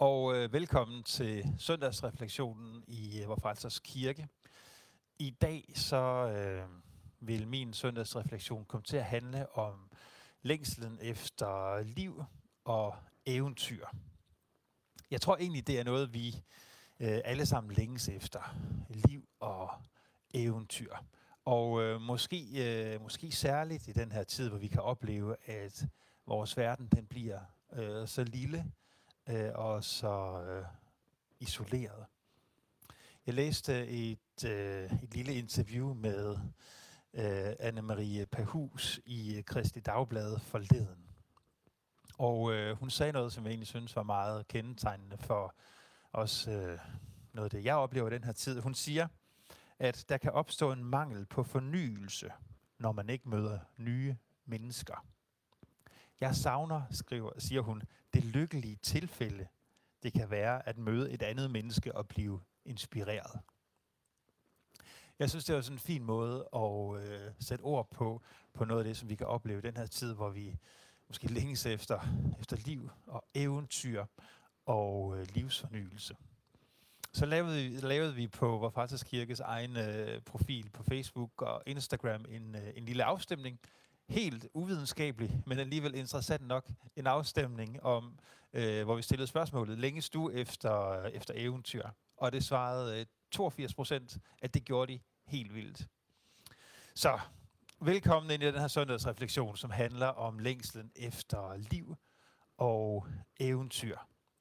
Velkommen til søndagsreflektionen i Vor Frelsers Kirke. I dag vil min søndagsreflektion komme til at handle om længslen efter liv og eventyr. Jeg tror egentlig, det er noget, vi alle sammen længes efter. Liv og eventyr. Og måske særligt i den her tid, hvor vi kan opleve, at vores verden den bliver så lille og så isoleret. Jeg læste et lille interview med Anne-Marie Pahus i Kristeligt Dagblad forleden. Og hun sagde noget, som jeg egentlig synes var meget kendetegnende for også noget af det, jeg oplever i den her tid. Hun siger, at der kan opstå en mangel på fornyelse, når man ikke møder nye mennesker. Jeg savner, siger hun, det lykkelige tilfælde, det kan være at møde et andet menneske og blive inspireret. Jeg synes, det er sådan en fin måde at sætte ord på noget af det, som vi kan opleve i den her tid, hvor vi måske længes efter liv og eventyr og livsfornyelse. Så lavede vi på Vor Frelsers Kirkes egen profil på Facebook og Instagram en lille afstemning. Helt uvidenskabelig, men alligevel interessant nok, en afstemning om, hvor vi stillede spørgsmålet, længes du efter eventyr? Og det svarede 82%, at det gjorde de helt vildt. Så velkommen ind i den her søndagsreflektion, som handler om længslen efter liv og eventyr.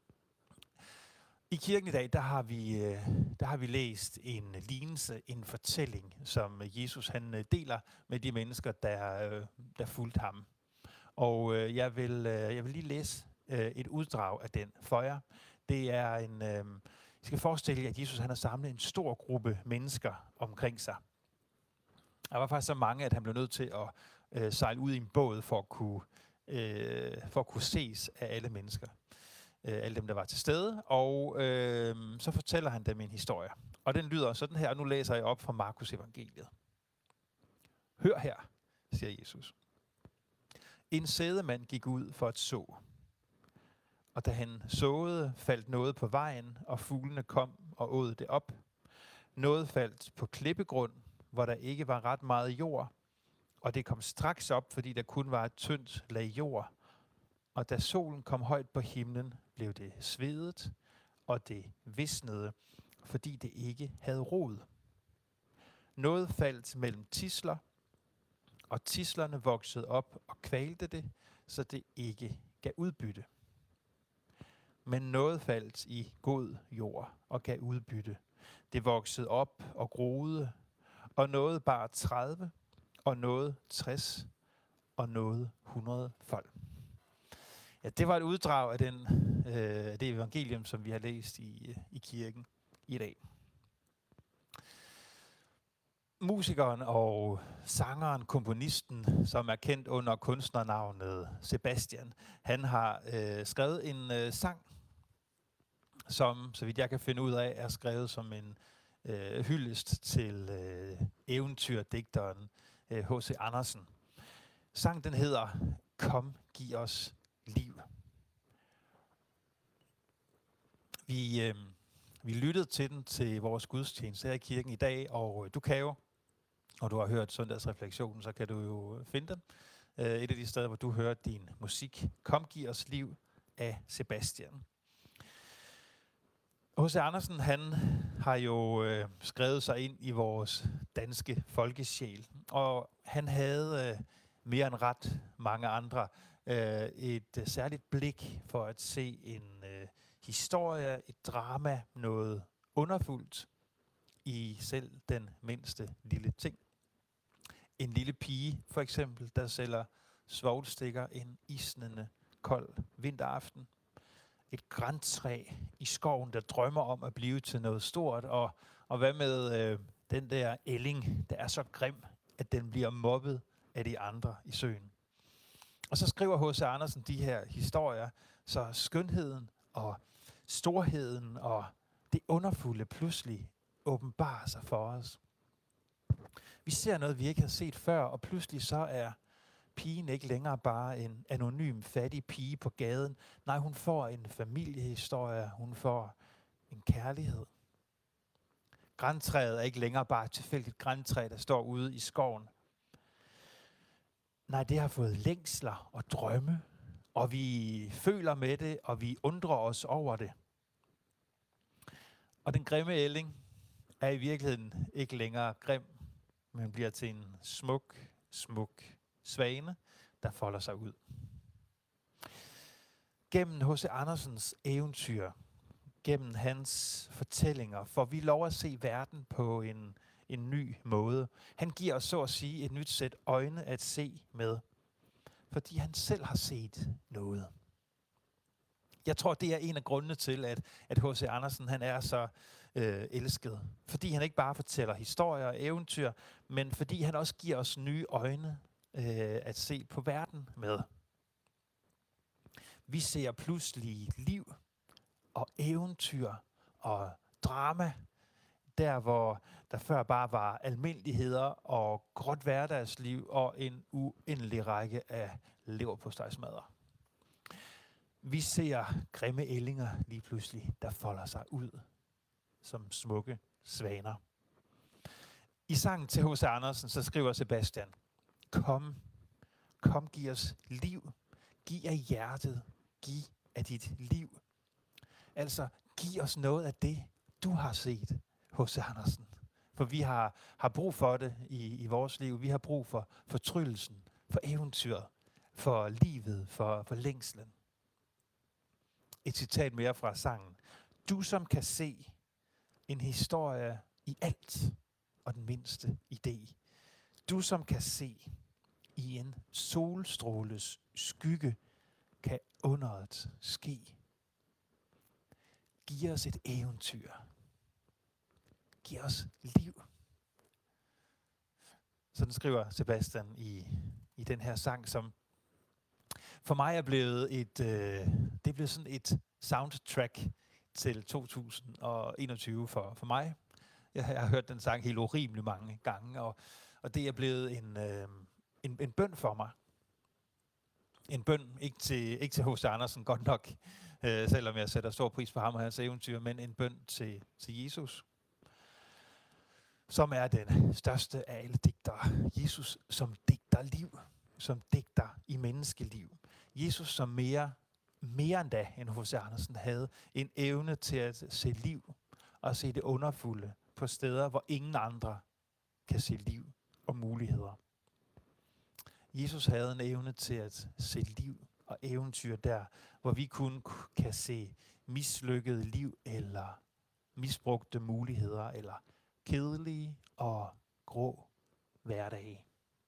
I kirken i dag, der har vi læst en lignelse, en fortælling, som Jesus han deler med de mennesker, der fulgte ham. Og jeg vil lige læse et uddrag af den for jer. Det er I skal forestille jer, at Jesus han har samlet en stor gruppe mennesker omkring sig. Der var faktisk så mange, at han blev nødt til at sejle ud i en båd for at kunne ses af alle mennesker. Alle dem, der var til stede, og så fortæller han dem en historie. Og den lyder sådan her, og nu læser jeg op fra Markus evangeliet. Hør her, siger Jesus. En sædemand gik ud for at så. Og da han såede, faldt noget på vejen, og fuglene kom og åd det op. Noget faldt på klippegrund, hvor der ikke var ret meget jord, og det kom straks op, fordi der kun var et tyndt lag jord. Og da solen kom højt på himlen, blev det svedet, og det visnede, fordi det ikke havde rod. Noget faldt mellem tisler, og tislerne voksede op og kvalte det, så det ikke gav udbytte. Men noget faldt i god jord og gav udbytte. Det voksede op og groede, og noget bar 30, og noget 60, og noget 100 fold. Ja, det var et uddrag af det evangelium, som vi har læst i kirken i dag. Musikeren og sangeren, komponisten, som er kendt under kunstnernavnet Sebastian, han har skrevet en sang, som, så vidt jeg kan finde ud af, er skrevet som en hyldest til eventyrdigteren H.C. Andersen. Sangen den hedder Kom, giv os liv. Vi lyttede til den til vores gudstjeneste her i kirken i dag, og du kan jo, når du har hørt søndagsreflektionen, så kan du jo finde den. Et af de steder, hvor du hører din musik. Kom, giv os liv af Sebastian. H.C. Andersen, han har jo skrevet sig ind i vores danske folkesjæl, og han havde mere end ret mange andre et særligt blik for at se en historie, et drama, noget underfuldt i selv den mindste lille ting. En lille pige, for eksempel, der sælger svovlstikker en isnende kold vinteraften. Et grantræ i skoven, der drømmer om at blive til noget stort. Og hvad med den der ælling, der er så grim, at den bliver mobbet af de andre i søen. Og så skriver H.C. Andersen de her historier, så skønheden og storheden og det underfulde pludselig åbenbarer sig for os. Vi ser noget, vi ikke har set før, og pludselig så er pigen ikke længere bare en anonym fattig pige på gaden. Nej, hun får en familiehistorie. Hun får en kærlighed. Grantræet er ikke længere bare et tilfældigt grantræ, der står ude i skoven. Nej, det har fået længsler og drømme, og vi føler med det, og vi undrer os over det. Og den grimme ælling er i virkeligheden ikke længere grim, men bliver til en smuk svane, der folder sig ud. Gennem H.C. Andersens eventyr, gennem hans fortællinger, får vi lov at se verden på en ny måde. Han giver os så at sige et nyt sæt øjne at se med, fordi han selv har set noget. Jeg tror, det er en af grundene til, at H.C. Andersen han er så elsket. Fordi han ikke bare fortæller historier og eventyr, men fordi han også giver os nye øjne at se på verden med. Vi ser pludselig liv og eventyr og drama, der hvor der før bare var almindeligheder og gråt hverdagsliv og en uendelig række af leverpostejsmadder. Vi ser grimme ællinger lige pludselig, der folder sig ud som smukke svaner. I sangen til H.C. Andersen, så skriver Sebastian, kom, giv os liv, giv af hjertet, giv af dit liv. Altså, giv os noget af det, du har set, H.C. Andersen. For vi har brug for det i vores liv. Vi har brug for fortryllelsen, for eventyret, for livet, for længslen. Et citat mere fra sangen. Du som kan se en historie i alt og den mindste idé. Du som kan se i en solstråles skygge, kan underet ske. Giv os et eventyr. Giv os liv. Sådan skriver Sebastian i den her sang, som for mig er blevet det er blevet sådan et soundtrack til 2021 for mig. Jeg har hørt den sang helt urimelig mange gange, og det er blevet en bøn for mig. En bøn, ikke til H.C. Andersen, godt nok, selvom jeg sætter stor pris på ham og hans eventyr, men en bøn til Jesus, som er den største af alle digtere. Jesus, som digter liv, som digter i menneskeliv. Jesus, som mere end da, end H.C. Andersen havde, en evne til at se liv og se det underfulde på steder, hvor ingen andre kan se liv og muligheder. Jesus havde en evne til at se liv og eventyr der, hvor vi kun kan se mislykket liv eller misbrugte muligheder eller kedelige og grå hverdage.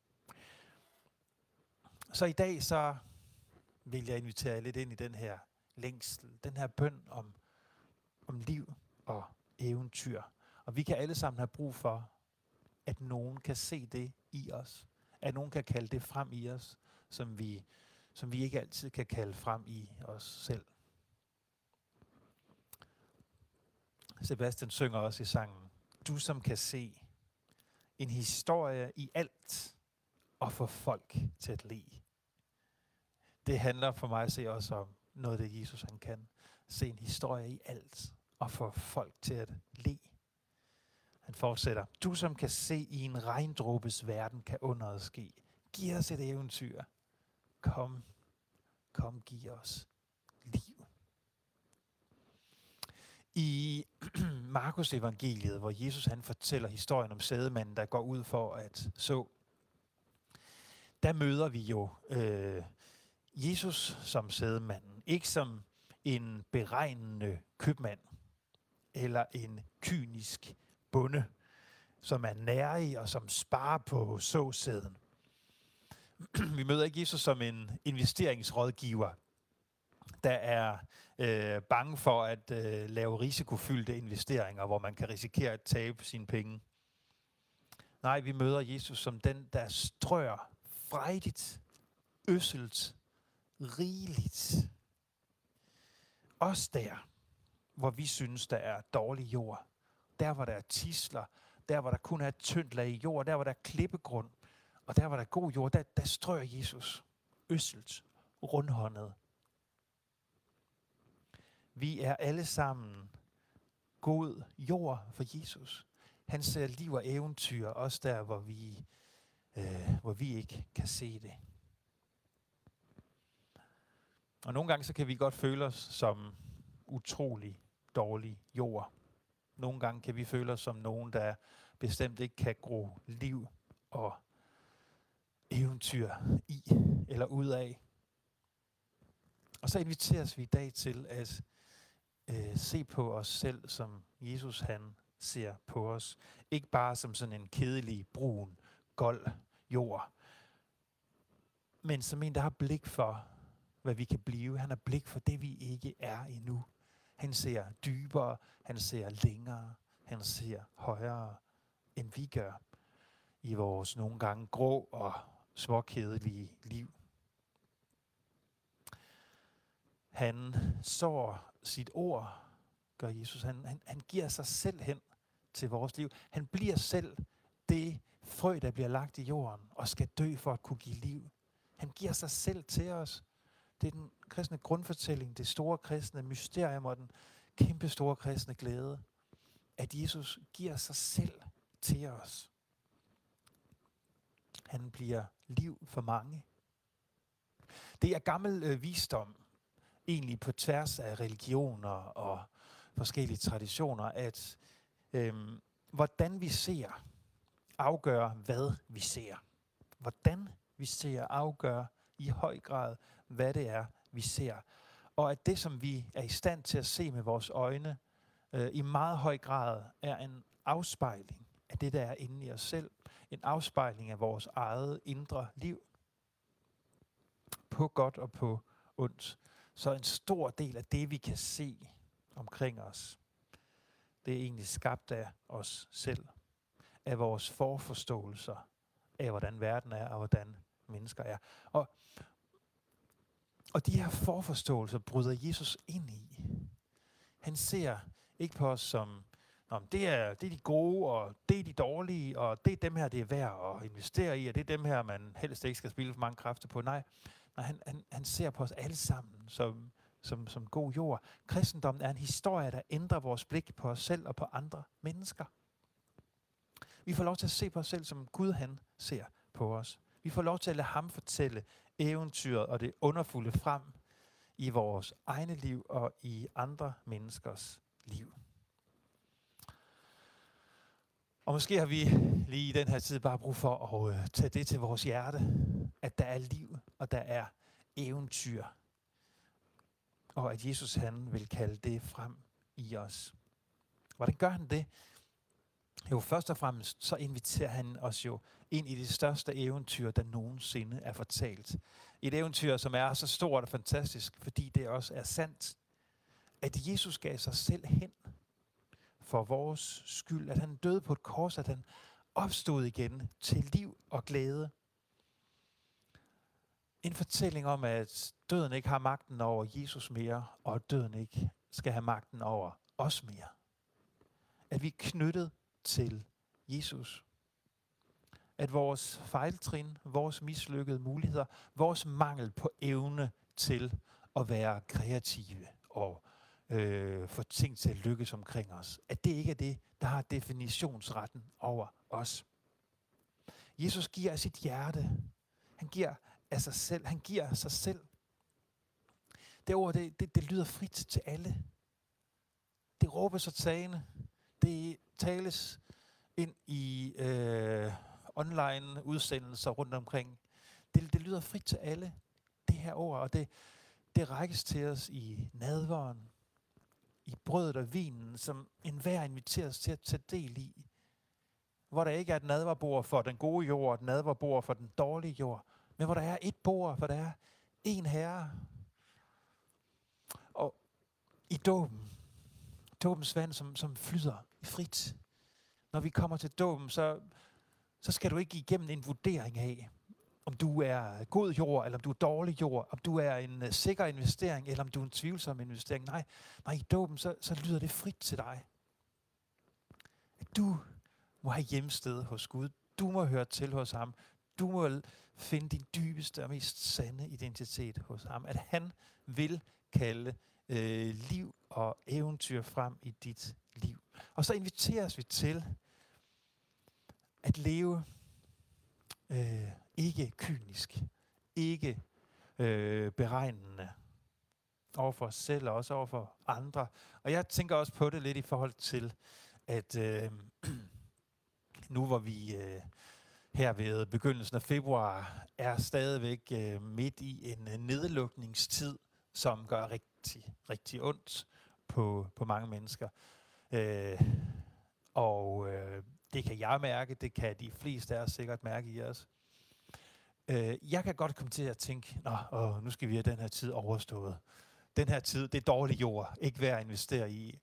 Så i dag så vil jeg invitere lidt ind i den her længsel, den her bøn om liv og eventyr. Og vi kan alle sammen have brug for, at nogen kan se det i os. At nogen kan kalde det frem i os, som vi ikke altid kan kalde frem i os selv. Sebastian synger også i sangen, du som kan se en historie i alt og få folk til at le. Det handler for mig at se også om noget, det Jesus han kan. Se en historie i alt og få folk til at le. Han fortsætter. Du som kan se i en regndråbes verden, kan underet ske. Giv os et eventyr. Kom, giv os liv. I Markus evangeliet, hvor Jesus han fortæller historien om sædemanden, der går ud for at så, der møder vi jo Jesus som sædemanden. Ikke som en beregnende købmand eller en kynisk bonde, som er nærig og som sparer på såsæden. Vi møder ikke Jesus som en investeringsrådgiver, der er bange for at lave risikofyldte investeringer, hvor man kan risikere at tabe sine penge. Nej, vi møder Jesus som den, der strør frejdigt, øsselt, rigeligt. Også der, hvor vi synes, der er dårlig jord. Der, hvor der er tisler. Der, hvor der kun er et tyndt lag jord. Der, hvor der er klippegrund. Og der, hvor der er god jord, der strør Jesus øsselt, rundhåndet. Vi er alle sammen god jord for Jesus. Han ser liv og eventyr, også der, hvor vi ikke kan se det. Og nogle gange så kan vi godt føle os som utrolig dårlig jord. Nogle gange kan vi føle os som nogen, der bestemt ikke kan gro liv og eventyr i eller ud af. Og så inviteres vi i dag til at se på os selv, som Jesus han ser på os. Ikke bare som sådan en kedelig, brun, gold jord, men som en, der har blik for, hvad vi kan blive. Han har blik for det, vi ikke er endnu. Han ser dybere, han ser længere, han ser højere, end vi gør i vores nogle gange grå og småkedelige liv. Han sår sit ord, gør Jesus. Han giver sig selv hen til vores liv. Han bliver selv det frø, der bliver lagt i jorden og skal dø for at kunne give liv. Han giver sig selv til os. Det er den kristne grundfortælling, det store kristne mysterium og den kæmpe store kristne glæde, at Jesus giver sig selv til os. Han bliver liv for mange. Det er gammel visdom, egentlig på tværs af religioner og forskellige traditioner, at hvordan vi ser, afgør, hvad vi ser. Hvordan vi ser, afgør i høj grad, hvad det er, vi ser. Og at det, som vi er i stand til at se med vores øjne, i meget høj grad er en afspejling af det, der er inde i os selv. En afspejling af vores eget indre liv. På godt og på ondt. Så en stor del af det, vi kan se omkring os, det er egentlig skabt af os selv. Af vores forforståelser af, hvordan verden er og hvordan mennesker er. Og de her forforståelser bryder Jesus ind i. Han ser ikke på os som, det er de gode, og det er de dårlige, og det er dem her, det er værd at investere i, og det er dem her, man helst ikke skal spille for mange kræfter på. Nej, han ser på os alle sammen som god jord. Kristendommen er en historie, der ændrer vores blik på os selv og på andre mennesker. Vi får lov til at se på os selv, som Gud han ser på os. Vi får lov til at lade ham fortælle eventyret og det underfulde frem i vores egne liv og i andre menneskers liv. Og måske har vi lige i den her tid bare brug for at tage det til vores hjerte, at der er liv og der er eventyr, og at Jesus han vil kalde det frem i os. Hvordan gør han det? Jo, først og fremmest så inviterer han os jo ind i det største eventyr, der nogensinde er fortalt. Et eventyr, som er så stort og fantastisk, fordi det også er sandt, at Jesus gav sig selv hen for vores skyld, at han døde på et kors, at han opstod igen til liv og glæde. En fortælling om, at døden ikke har magten over Jesus mere, og at døden ikke skal have magten over os mere. At vi er knyttet til Jesus. At vores fejltrin, vores mislykkede muligheder, vores mangel på evne til at være kreative og få ting til at lykkes omkring os, at det ikke er det, der har definitionsretten over os. Jesus giver af sit hjerte. Han giver af sig selv. Han giver sig selv. Det ord, det lyder frit til alle. Det råbes og tagende. Det tales ind i online udsendelser rundt omkring. Det lyder frit til alle, det her ord, og det rækkes til os i nadveren, i brødet og vinen, som enhver inviteres til at tage del i. Hvor der ikke er et nadverbord for den gode jord, og et nadverbord for den dårlige jord, men hvor der er et bord, hvor der er en herre. Og i dåbens vand, som flyder frit. Når vi kommer til dåben, så skal du ikke igennem en vurdering af, om du er god jord, eller om du er dårlig jord, om du er en sikker investering, eller om du er en tvivlsom investering. Nej, i dåben, så lyder det frit til dig. At du må have hjemsted hos Gud. Du må høre til hos ham. du må finde din dybeste og mest sande identitet hos ham. At han vil kalde liv og eventyr frem i dit liv. Og så inviteres vi til at leve ikke kynisk, ikke beregnende over for os selv og også over for andre. Og jeg tænker også på det lidt i forhold til, at nu hvor vi her ved begyndelsen af februar er stadigvæk midt i en nedlukningstid, som gør rigtig, rigtig ondt på mange mennesker. Det kan jeg mærke, det kan de fleste af os sikkert mærke i os. Jeg kan godt komme til at tænke, nu skal vi have den her tid overstået. Den her tid, det er dårlig jord, ikke værd at investere i.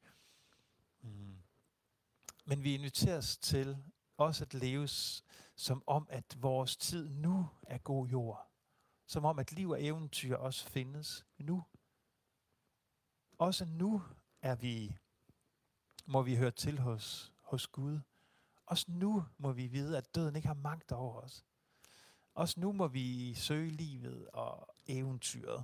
Men vi inviteres til også at leve som om, at vores tid nu er god jord. Som om, at liv og eventyr også findes nu. Også nu må vi høre til hos Gud. Også nu må vi vide, at døden ikke har magt over os. Også nu må vi søge livet og eventyret.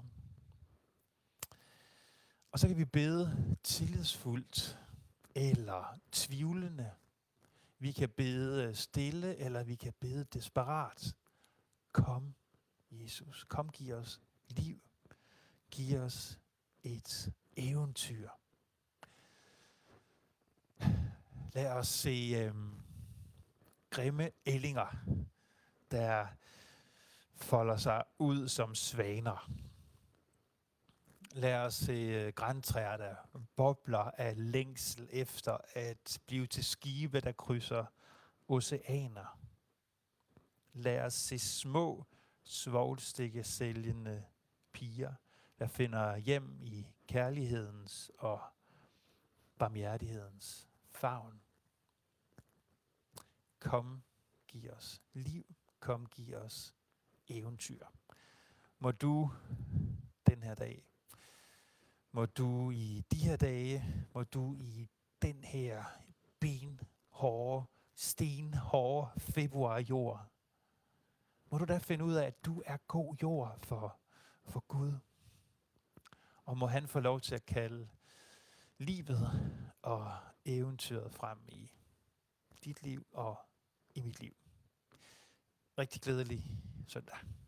Og så kan vi bede tillidsfuldt eller tvivlende. Vi kan bede stille, eller vi kan bede desperat. Kom, Jesus. Kom, giv os liv. Giv os et eventyr. Lad os se grimme ællinger, der folder sig ud som svaner. Lad os se grantræer, der bobler af længsel efter at blive til skibe, der krydser oceaner. Lad os se små, svovlstikkesælgende piger, der finder hjem i kærlighedens og barmhjertighedens favn. Kom, giv os liv. Kom, giv os eventyr. Må du den her dag, må du i de her dage, må du i den her stenhårde februarjord, må du da finde ud af, at du er god jord for Gud. Og må han få lov til at kalde livet og eventyret frem i dit liv og i mit liv. Rigtig glædelig søndag.